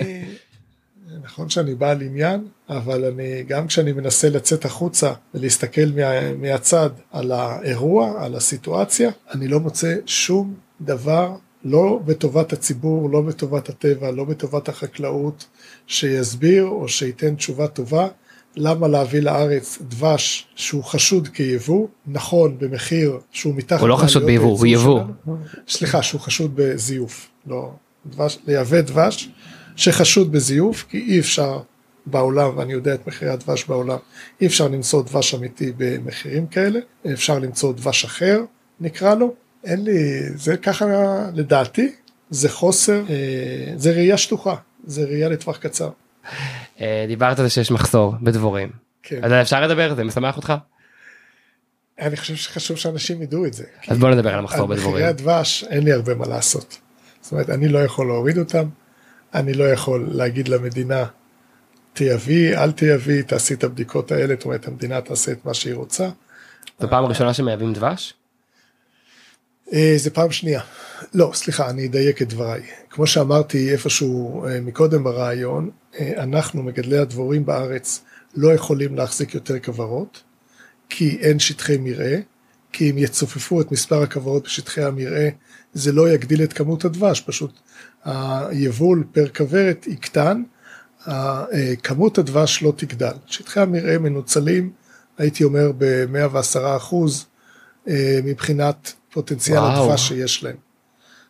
נכון שאני בעל עניין, אבל אני, גם כשאני מנסה לצאת החוצה ולהסתכל מה, מהצד על האירוע, על הסיטואציה, אני לא מוצא שום דבר, לא בטובת הציבור, לא בטובת הטבע, לא בטובת החקלאות, שיסביר או שייתן תשובה טובה, למה להביא לארץ דבש שהוא חשוד כיבוא, נכון במחיר שהוא מתחת... הוא לא חשוד ביבוא, הוא יבוא. סליחה, שהוא חשוד בזיוף. לא, דבש, לייבא דבש שחשוד בזיוף, כי אי אפשר בעולם, ואני יודע את מחירי הדבש בעולם, אי אפשר למצוא דבש אמיתי במחירים כאלה, אפשר למצוא דבש אחר, נקרא לו. אין לי, זה ככה לדעתי, זה חוסר, זה ראייה שטוחה, זה ראייה לטווח קצר. דיברת על זה שיש מחסור בדבורים. כן. אז אפשר לדבר, זה משמח אותך? אני חושב שחשוב שאנשים ידעו את זה. אז בוא נדבר על המחסור בדבורים. על מחירי הדבש אין לי הרבה מה לעשות. זאת אומרת, אני לא יכול להוריד אותם, אני לא יכול להגיד למדינה, תייביא, אל תייביא, תעשי את הבדיקות האלה, זאת אומרת, המדינה תעשה את מה שהיא רוצה. זו פעם ראשונה שמייבאים דבש? זה פעם שנייה. לא, סליחה, אני אדייק את דבריי. כמו שאמרתי איפשהו מקודם ברעיון, אנחנו מגדלי הדבורים בארץ לא יכולים להחזיק יותר כוורות, כי אין שטחי מרעה, כי אם יצופפו את מספר הכוורות בשטחי המרעה, זה לא יגדיל את כמות הדבש, פשוט היבול פר כוורת יקטן, כמות הדבש לא תגדל. שטחי המרעה מנוצלים, הייתי אומר, ב-מאה ועשרה אחוז מבחינת פוטנציאל הדבש שיש להם.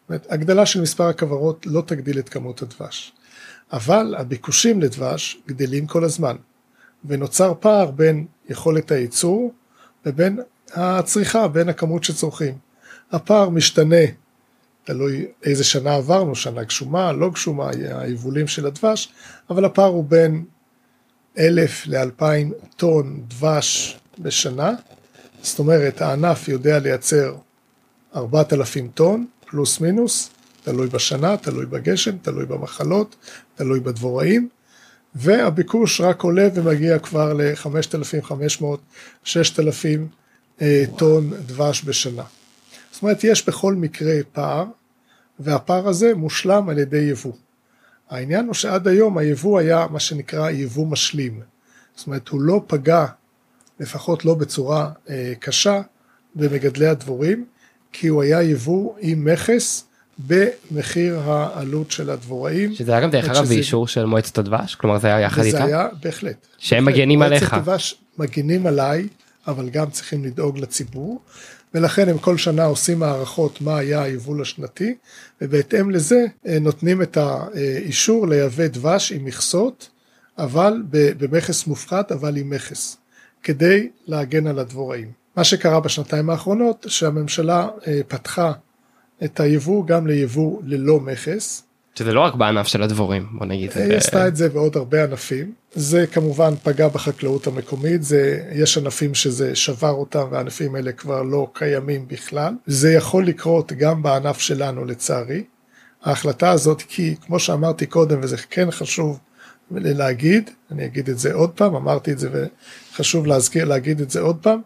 הגדלה של מספר הכוורות לא תגדיל את כמות הדבש, אבל הביקושים לדבש גדלים כל הזמן, ונוצר פער בין יכולת הייצור ובין הצריכה, בין הכמות שצורכים. הפער משתנה, תלוי איזה שנה עברנו, שנה גשומה, לא גשומה, היבולים של הדבש, אבל הפער הוא בין אלף לאלפיים טון דבש בשנה, זאת אומרת הענף יודע לייצר ארבעת אלפים טון, פלוס מינוס, תלוי בשנה, תלוי בגשם, תלוי במחלות, תלוי בדבוראים, והביקוש רק עולה ומגיע כבר ל-חמשת אלפים וחמש מאות עד ששת אלפים טון דבש בשנה. זאת אומרת, יש בכל מקרה פער, והפער הזה מושלם על ידי יבוא. העניין הוא שעד היום היבוא היה מה שנקרא יבוא משלים. זאת אומרת, הוא לא פגע, לפחות לא בצורה אה, קשה, במגדלי הדבורים, כי הוא היה יבוא עם מכס במחיר העלות של הדבוראים. שזה היה גם דרך אגב באישור של מועצת הדבש? כלומר זה היה יחד איתה? זה היה, בהחלט. שהם מגנים עליך. מועצת הדבש מגנים עליי, אבל גם צריכים לדאוג לציבור, ולכן הם כל שנה עושים הערכות מה היה היבול השנתי, ובהתאם לזה נותנים את האישור לייבא דבש עם מכסות, אבל במכס מופחת, אבל עם מכס, כדי להגן על הדבוראים. מה שקרה בשנתיים האחרונות, שהממשלה פתחה את היבוא גם ליבוא ללא מכס. שזה לא רק בענף של הדבורים, בוא נגיד. היא עשתה את זה בעוד הרבה ענפים. זה כמובן פגע בחקלאות המקומית, זה, יש ענפים שזה שבר אותם, והענפים האלה כבר לא קיימים בכלל. זה יכול לקרות גם בענף שלנו לצערי. ההחלטה הזאת, כי כמו שאמרתי קודם, וזה כן חשוב להגיד, אני אגיד את זה עוד פעם, אמרתי את זה וחשוב להזכיר, להגיד את זה עוד פעם,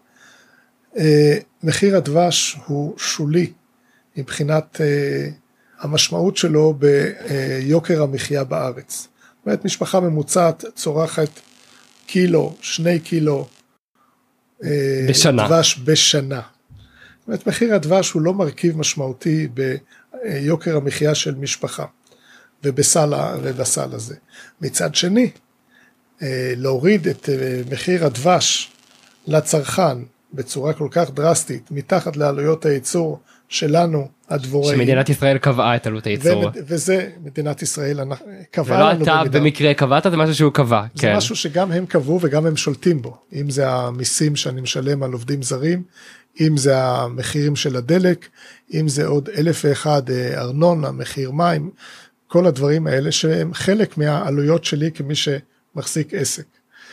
מחיר הדבש הוא שולי, מבחינת המשמעות שלו ביוקר המחיה בארץ. זאת אומרת, משפחה ממוצעת צורכת קילו, שני קילו בשנה. דבש בשנה. זאת אומרת, מחיר הדבש הוא לא מרכיב משמעותי ביוקר המחיה של משפחה, ובסל, ובסל הזה. מצד שני, להוריד את מחיר הדבש לצרכן, בצורה כל כך דרסטית, מתחת לעלויות הייצור שלנו, הדבוראים. שמדינת ישראל קבעה את עלות הייצור. וזה מדינת ישראל קבעה לנו במידה. ולא אתה במקרה קבעת, זה משהו שהוא קבע. זה כן. משהו שגם הם קבעו וגם הם שולטים בו. אם זה המיסים שאני משלם על עובדים זרים, אם זה המחירים של הדלק, אם זה עוד אלף ואחד ארנונה, מחיר מים, כל הדברים האלה שהם חלק מהעלויות שלי כמי שמחזיק עסק.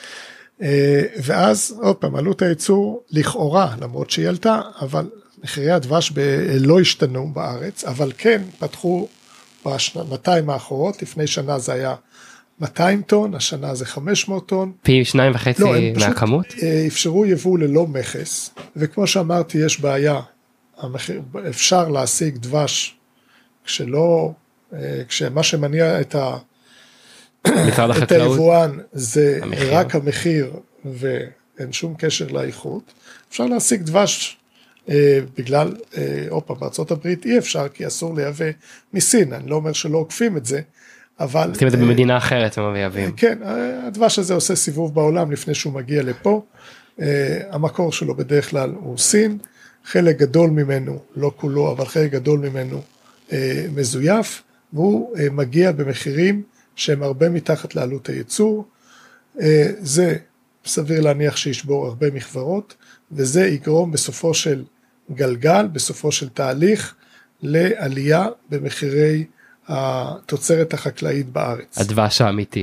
ואז עוד פעם, עלות הייצור לכאורה, למרות שהיא עלתה, אבל מחירי הדבש לא השתנו בארץ, אבל כן פתחו בשנתיים האחרות, לפני שנה זה היה מאתיים טון, השנה זה חמש מאות טון. פי שניים וחצי לא, מהכמות? אפשרו יבוא ללא מכס, וכמו שאמרתי יש בעיה, המחיר, אפשר להשיג דבש, כשלא, כשמה שמניע את ה... את היבואן זה המחיר. רק המחיר ואין שום קשר לאיכות, אפשר להשיג דבש אה, בגלל, אה, אופה, בארצות הברית אי אפשר, כי אסור לייבא מסין, אני לא אומר שלא עוקפים את זה, אבל... עושים את זה במדינה אחרת, הם מייבאים. כן, הדבש הזה עושה סיבוב בעולם לפני שהוא מגיע לפה, אה, המקור שלו בדרך כלל הוא סין, חלק גדול ממנו, לא כולו, אבל חלק גדול ממנו אה, מזויף, והוא אה, מגיע במחירים, שהם הרבה מתחת לעלות הייצור, זה סביר להניח שישבור הרבה מכוורות, וזה יגרום בסופו של גלגל, בסופו של תהליך, לעלייה במחירי התוצרת החקלאית בארץ. הדבש האמיתי.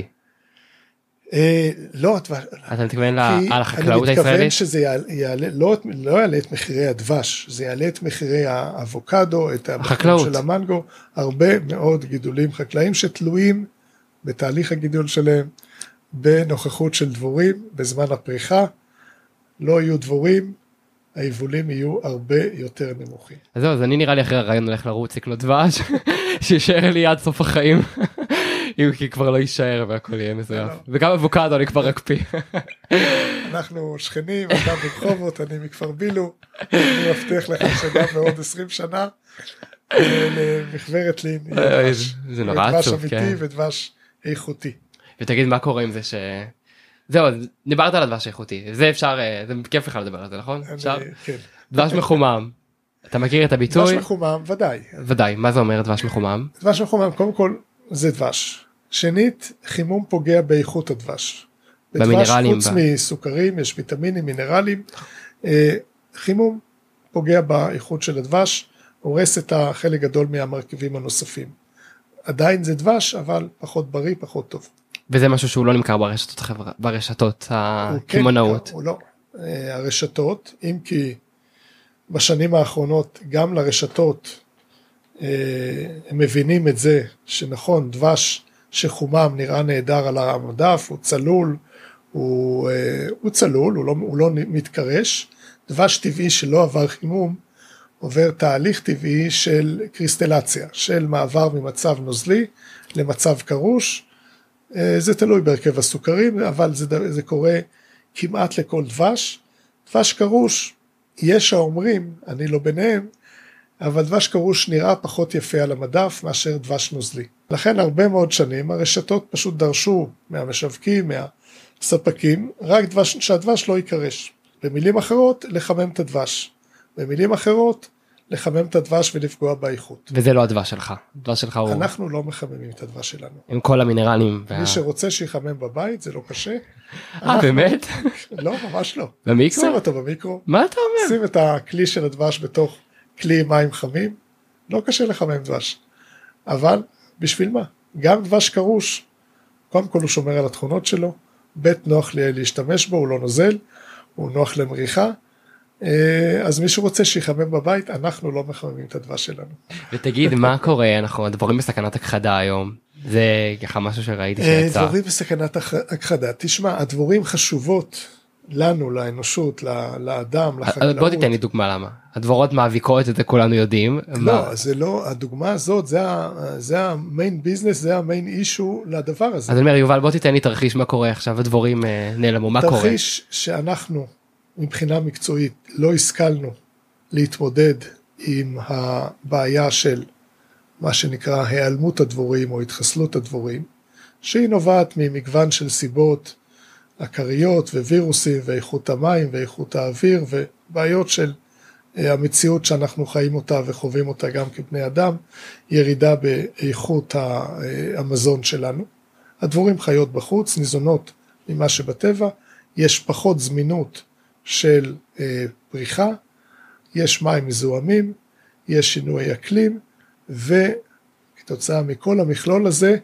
לא, הדבש... אתה מתכוון על החקלאות הישראלית? אני מתכוון שזה יעלה, לא יעלה את מחירי הדבש, זה יעלה את מחירי האבוקדו, את המחירים של המנגו, הרבה מאוד גידולים חקלאיים שתלויים בתהליך הגידול שלהם, בנוכחות של דבורים, בזמן הפריחה, לא יהיו דבורים, היבולים יהיו הרבה יותר נמוכים. אז זהו, אז אני נראה לי אחרי הרעיון הולך לרוץ לקנות דבש, שישאר לי עד סוף החיים, כי כבר לא יישאר והכל יהיה מזויף. וגם אבוקדו אני כבר אקפיא. אנחנו שכנים, אתה ברחובות, אני מכפר בילו, אני מבטיח לך שגם בעוד עשרים שנה, למחברת לין, זה נורא עצוב, דבש אמיתי ודבש איכותי. ותגיד מה קורה עם זה ש... זהו, דיברת על הדבש איכותי, זה אפשר, זה כיף לך לדבר על זה, נכון? אפשר? כן. דבש מחומם, אתה מכיר את הביטוי? דבש מחומם, ודאי. ודאי, מה זה אומר דבש מחומם? דבש מחומם, קודם כל זה דבש. שנית, חימום פוגע באיכות הדבש. במינרלים. חוץ מסוכרים, יש ויטמינים, מינרלים. חימום פוגע באיכות של הדבש, הורס את החלק גדול מהמרכיבים הנוספים. עדיין זה דבש, אבל פחות בריא, פחות טוב. וזה משהו שהוא לא נמכר ברשתות, ברשתות הקמעונאות. הוא לא. הרשתות, אם כי בשנים האחרונות, גם לרשתות, הם מבינים את זה, שנכון, דבש שחומם נראה נהדר על המדף, הוא צלול, הוא, הוא צלול, הוא לא, הוא לא מתקרש. דבש טבעי שלא עבר חימום, עובר תהליך טבעי של קריסטלציה, של מעבר ממצב נוזלי למצב קרוש. זה תלוי בהרכב הסוכרים, אבל זה, זה קורה כמעט לכל דבש. דבש קרוש, יש האומרים, אני לא ביניהם, אבל דבש קרוש נראה פחות יפה על המדף מאשר דבש נוזלי. לכן הרבה מאוד שנים הרשתות פשוט דרשו מהמשווקים, מהספקים, רק דבש, שהדבש לא יקרש. במילים אחרות, לחמם את הדבש. במילים אחרות, לחמם את הדבש ולפגוע באיכות. וזה לא הדבש שלך. הדבש שלך הוא... אנחנו לא מחממים את הדבש שלנו. עם כל המינרלים. מי וה... שרוצה שיחמם בבית, זה לא קשה. אה, אנחנו... באמת? לא, ממש לא. במיקרו? שים אותו במיקרו. מה אתה אומר? שים את הכלי של הדבש בתוך כלי מים חמים. לא קשה לחמם דבש. אבל, בשביל מה? גם דבש קרוש, קודם כל הוא שומר על התכונות שלו, בית נוח להשתמש בו, הוא לא נוזל, הוא נוח למריחה, אז מי שרוצה שיחמם בבית, אנחנו לא מחממים את הדבש שלנו. ותגיד, מה קורה? אנחנו דבורים בסכנת הכחדה היום. זה ככה משהו שראיתי שיצא. דבורים בסכנת הכחדה. תשמע, הדבורים חשובות לנו, לאנושות, לאדם, לחקלאות. בוא תיתן לי דוגמה למה. הדבורות מאביקות, את זה כולנו יודעים. לא, זה לא, הדוגמה הזאת, זה המיין ביזנס, זה המיין אישו לדבר הזה. אז אני אומר, יובל, בוא תיתן לי תרחיש מה קורה עכשיו, הדבורים נעלמו, מה קורה? תרחיש שאנחנו, מבחינה מקצועית, לא השכלנו להתמודד עם הבעיה של מה שנקרא העלמות הדבורים או התחסלות הדבורים, שהיא נובעת ממגוון של סיבות עקריות ווירוסים ואיכות המים ואיכות האוויר ובעיות של המציאות שאנחנו חיים אותה וחווים אותה גם כבני אדם, ירידה באיכות המזון שלנו. הדבורים חיות בחוץ, ניזונות ממה שבטבע, יש פחות זמינות של פריחה, יש מים מזוהמים, יש שינוי אקלים, וכתוצאה מכל המכלול הזה,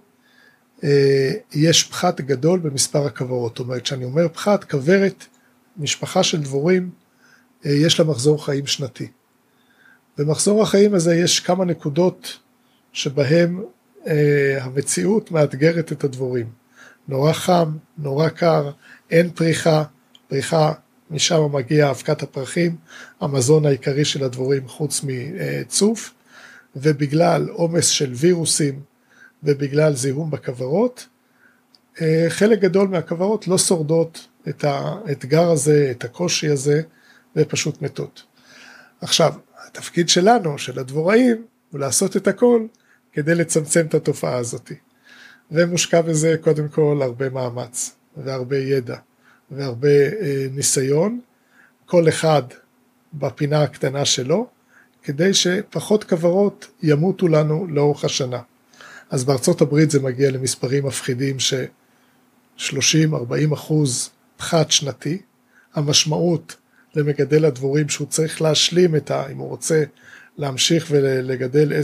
יש פחת גדול במספר הכוורות. זאת אומרת, כשאני אומר פחת, כוורת, משפחה של דבורים, יש לה מחזור חיים שנתי. במחזור החיים הזה יש כמה נקודות שבהם המציאות מאתגרת את הדבורים. נורא חם, נורא קר, אין פריחה, פריחה משם מגיע אבקת הפרחים, המזון העיקרי של הדבורים חוץ מצוף, ובגלל עומס של וירוסים ובגלל זיהום בכוורות, חלק גדול מהכוורות לא שורדות את האתגר הזה, את הקושי הזה, ופשוט מתות. עכשיו, התפקיד שלנו, של הדבוראים, הוא לעשות את הכל כדי לצמצם את התופעה הזאת. ומושקע בזה קודם כל הרבה מאמץ, והרבה ידע, והרבה אה, ניסיון, כל אחד בפינה הקטנה שלו, כדי שפחות כוורות ימותו לנו לאורך השנה. אז בארצות הברית זה מגיע למספרים מפחידים ש-שלושים עד ארבעים אחוז פחת שנתי, המשמעות למגדל הדבורים שהוא צריך להשלים את ה... אם הוא רוצה להמשיך ולגדל,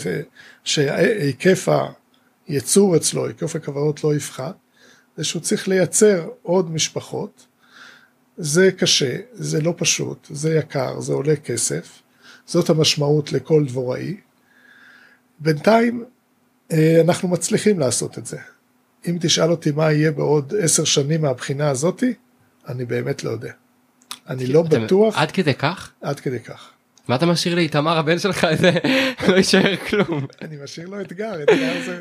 שהיקף הייצור אצלו, היקף הכוורות לא יפחת, זה שהוא צריך לייצר עוד משפחות, זה קשה, זה לא פשוט, זה יקר, זה עולה כסף, זאת המשמעות לכל דבוראי. בינתיים אנחנו מצליחים לעשות את זה. אם תשאל אותי מה יהיה בעוד עשר שנים מהבחינה הזאת, אני באמת לא יודע. אני לא בטוח. עד כדי כך? עד כדי כך. מה אתה משאיר לי? תמר הבן שלך, זה לא יישאר כלום. אני משאיר לו אתגר, אתגר זה...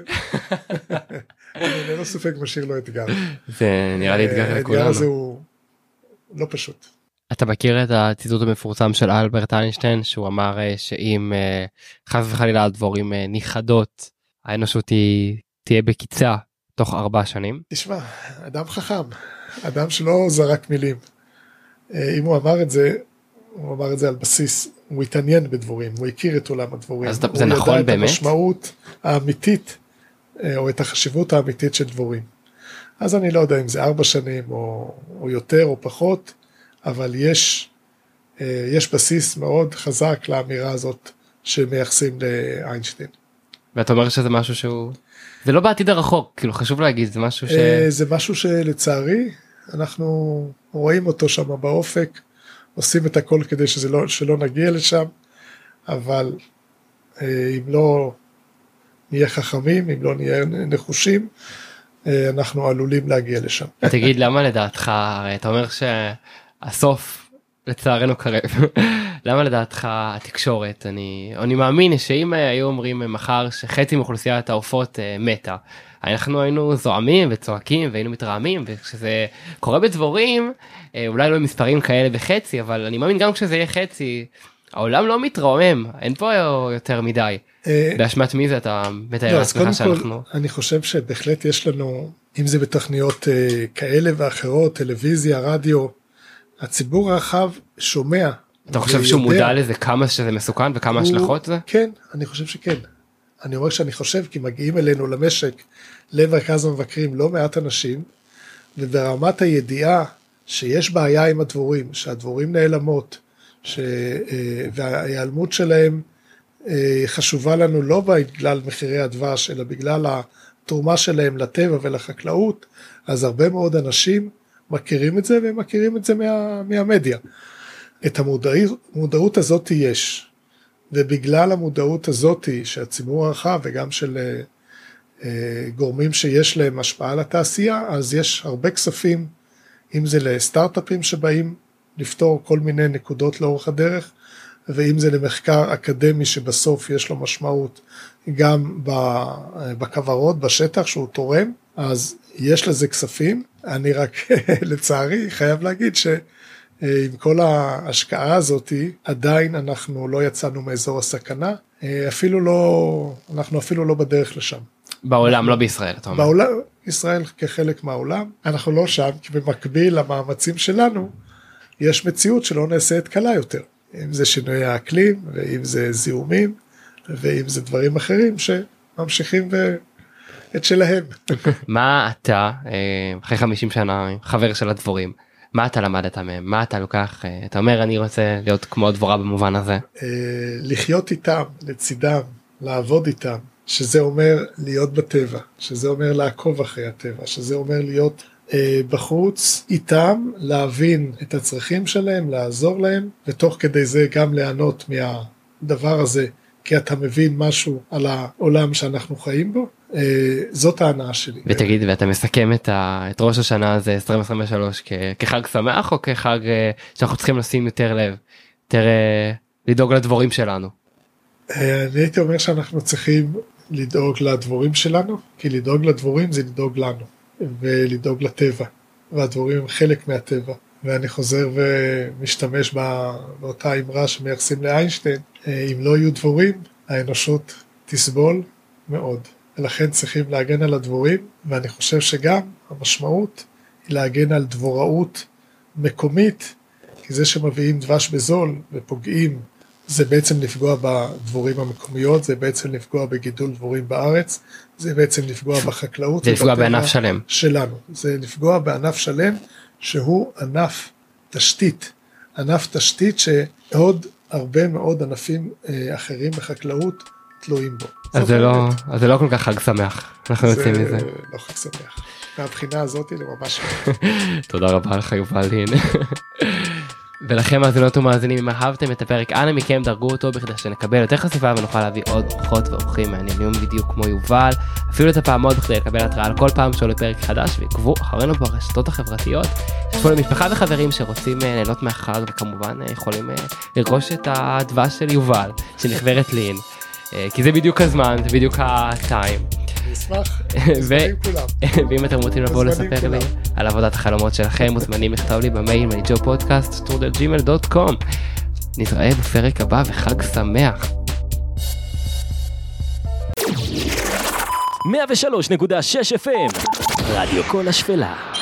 אני לא ספק משאיר לו אתגר. זה נראה לי אתגר לכולנו. האתגר הזה הוא לא פשוט. אתה מכיר את הציטוט המפורסם של אלברט איינשטיין, שהוא אמר שאם חס וחלילה הדבורים נכחדות, האנושות תהיה בקיצה תוך ארבע שנים? תשמע, אדם חכם, אדם שלא זרק מילים. אם הוא אמר את זה, הוא אמר את זה על בסיס הוא התעניין בדבורים, הוא הכיר את עולם הדבורים. אז זה נכון באמת? הוא ידע את המשמעות האמיתית, או את החשיבות האמיתית של דבורים. אז אני לא יודע אם זה ארבע שנים, או, או יותר או פחות, אבל יש, יש בסיס מאוד חזק לאמירה הזאת, שמייחסים לאיינשטיין. ואתה אומר שזה משהו שהוא, זה לא בעתיד הרחוק, כאילו חשוב להגיד, זה משהו ש... זה משהו שלצערי, אנחנו רואים אותו שם באופק, עושים את הכל כדי שזה לא, שלא נגיע לשם, אבל אם לא נהיה חכמים, אם לא נהיה נחושים, אנחנו עלולים להגיע לשם. תגיד, למה לדעתך, הרי אתה אומר שהסוף לצערנו קרב, למה לדעתך התקשורת, אני, אני מאמין שאם היו אומרים מחר שחצי מאוכלוסיית העופות מתה, אנחנו היינו זועמים וצועקים והיינו מתרעמים, וכשזה קורה בדבורים, אולי לא מספרים כאלה בחצי, אבל אני מאמין גם כשזה יהיה חצי, העולם לא מתרומם, אין פה יותר מדי. באשמת מי זה אתה מתאר לעצמך שאנחנו... אני חושב שבהחלט יש לנו, אם זה בתכניות כאלה ואחרות, טלוויזיה, רדיו, הציבור הרחב שומע. אתה חושב שהוא מודע לזה כמה שזה מסוכן וכמה השלכות זה? כן, אני חושב שכן. אני רואה שאני חושב כי מגיעים אלינו למשק, למרכז המבקרים לא מעט אנשים, וברמת הידיעה שיש בעיה עם הדבורים, שהדבורים נעלמות, וההיעלמות שלהם חשובה לנו לא בגלל מחירי הדבש, אלא בגלל התרומה שלהם לטבע ולחקלאות, אז הרבה מאוד אנשים מכירים את זה, והם מכירים את זה מה, מהמדיה. את המודעות, המודעות הזאת יש, ובגלל המודעות הזאת שהציבור הרחב וגם של אה, גורמים שיש להם השפעה על התעשייה, אז יש הרבה כספים, אם זה לסטארט-אפים שבאים לפתור כל מיני נקודות לאורך הדרך, ואם זה למחקר אקדמי שבסוף יש לו משמעות גם בכברות, בשטח שהוא תורם, אז יש לזה כספים. אני רק לצערי חייב להגיד שעם כל ההשקעה הזאת, עדיין אנחנו לא יצאנו מאזור הסכנה, אפילו לא, אנחנו אפילו לא בדרך לשם. בעולם, לא בישראל, אתה אומר. בעולם, ישראל כחלק מהעולם, אנחנו לא שם, כי במקביל למאמצים שלנו, יש מציאות שלא נעשית קלה יותר. אם זה שינוי האקלים, ואם זה זיהומים, ואם זה דברים אחרים שממשיכים את שלהם. מה אתה, אחרי חמישים שנה, חבר של הדבורים, מה אתה למדת מהם? מה אתה לוקח? אתה אומר, אני רוצה להיות כמו הדבורה במובן הזה. לחיות איתם, לצידם, לעבוד איתם, שזה אומר להיות בטבע, שזה אומר לעקוב אחרי הטבע, שזה אומר להיות בחוץ איתם, להבין את הצרכים שלהם, לעזור להם, ותוך כדי זה גם ליהנות מהדבר הזה, כי אתה מבין משהו על העולם שאנחנו חיים בו, זאת ההנאה שלי. ותגיד, ואתה מסכם את, ה, את ראש השנה הזה עשרים עשרים ושלוש כ, כחג שמח, או כחג שאנחנו צריכים לשים יותר לב, יותר לדאוג לדבורים שלנו? אני הייתי אומר שאנחנו צריכים לדאוג לדבורים שלנו, כי לדאוג לדבורים זה לדאוג לנו. ולדאוג לטבע, והדבורים הם חלק מהטבע, ואני חוזר ומשתמש באותה אמרה שמייחסים לאיינשטיין, אם לא יהיו דבורים, האנושות תסבול מאוד, ולכן צריכים להגן על הדבורים, ואני חושב שגם המשמעות היא להגן על דבוראות מקומית, כי זה שמביאים דבש בזול ופוגעים, זה בעצם לפגוע בדבורים המקומיות, זה בעצם לפגוע בגידול דבורים בארץ, זה בעצם לפגוע בחקלאות. זה לפגוע בענף שלם. שלנו. זה לפגוע בענף שלם, שהוא ענף תשתית. ענף תשתית שעוד הרבה מאוד ענפים אחרים בחקלאות תלויים בו. אז זה לא, אז זה לא כל כך חג שמח. אנחנו יוצאים מזה. זה לא חג שמח. מהבחינה הזאת זה ממש... תודה רבה לך יובל לין. ולכם מאזינות ומאזינים, אם אהבתם את הפרק, אנא מכם דרגו אותו בכדי שנקבל יותר חשיפה ונוכל להביא עוד אורחות ואורחים מעניינים בדיוק כמו יובל, אפילו את הפעמות בכדי לקבל התראה על כל פעם שעולה פרק חדש, ועקבו אחרינו ברשתות החברתיות, שתפו למשפחה וחברים שרוצים ליהנות מהחג, וכמובן יכולים לרכוש את הדבש של יובל שנכוורת לין, כי זה בדיוק הזמן, זה בדיוק הטיים. נשמח, ואם אתם רוצים לבוא לספר לי על עבודת החלומות שלכם, מוזמנים לכתוב לי במייל מניג'ו פודקאסט שטרודל ג'ימייל דוט קום. נתראה בפרק הבא וחג שמח. מאה ושלוש נקודה שש אף אם רדיו כל השפלה.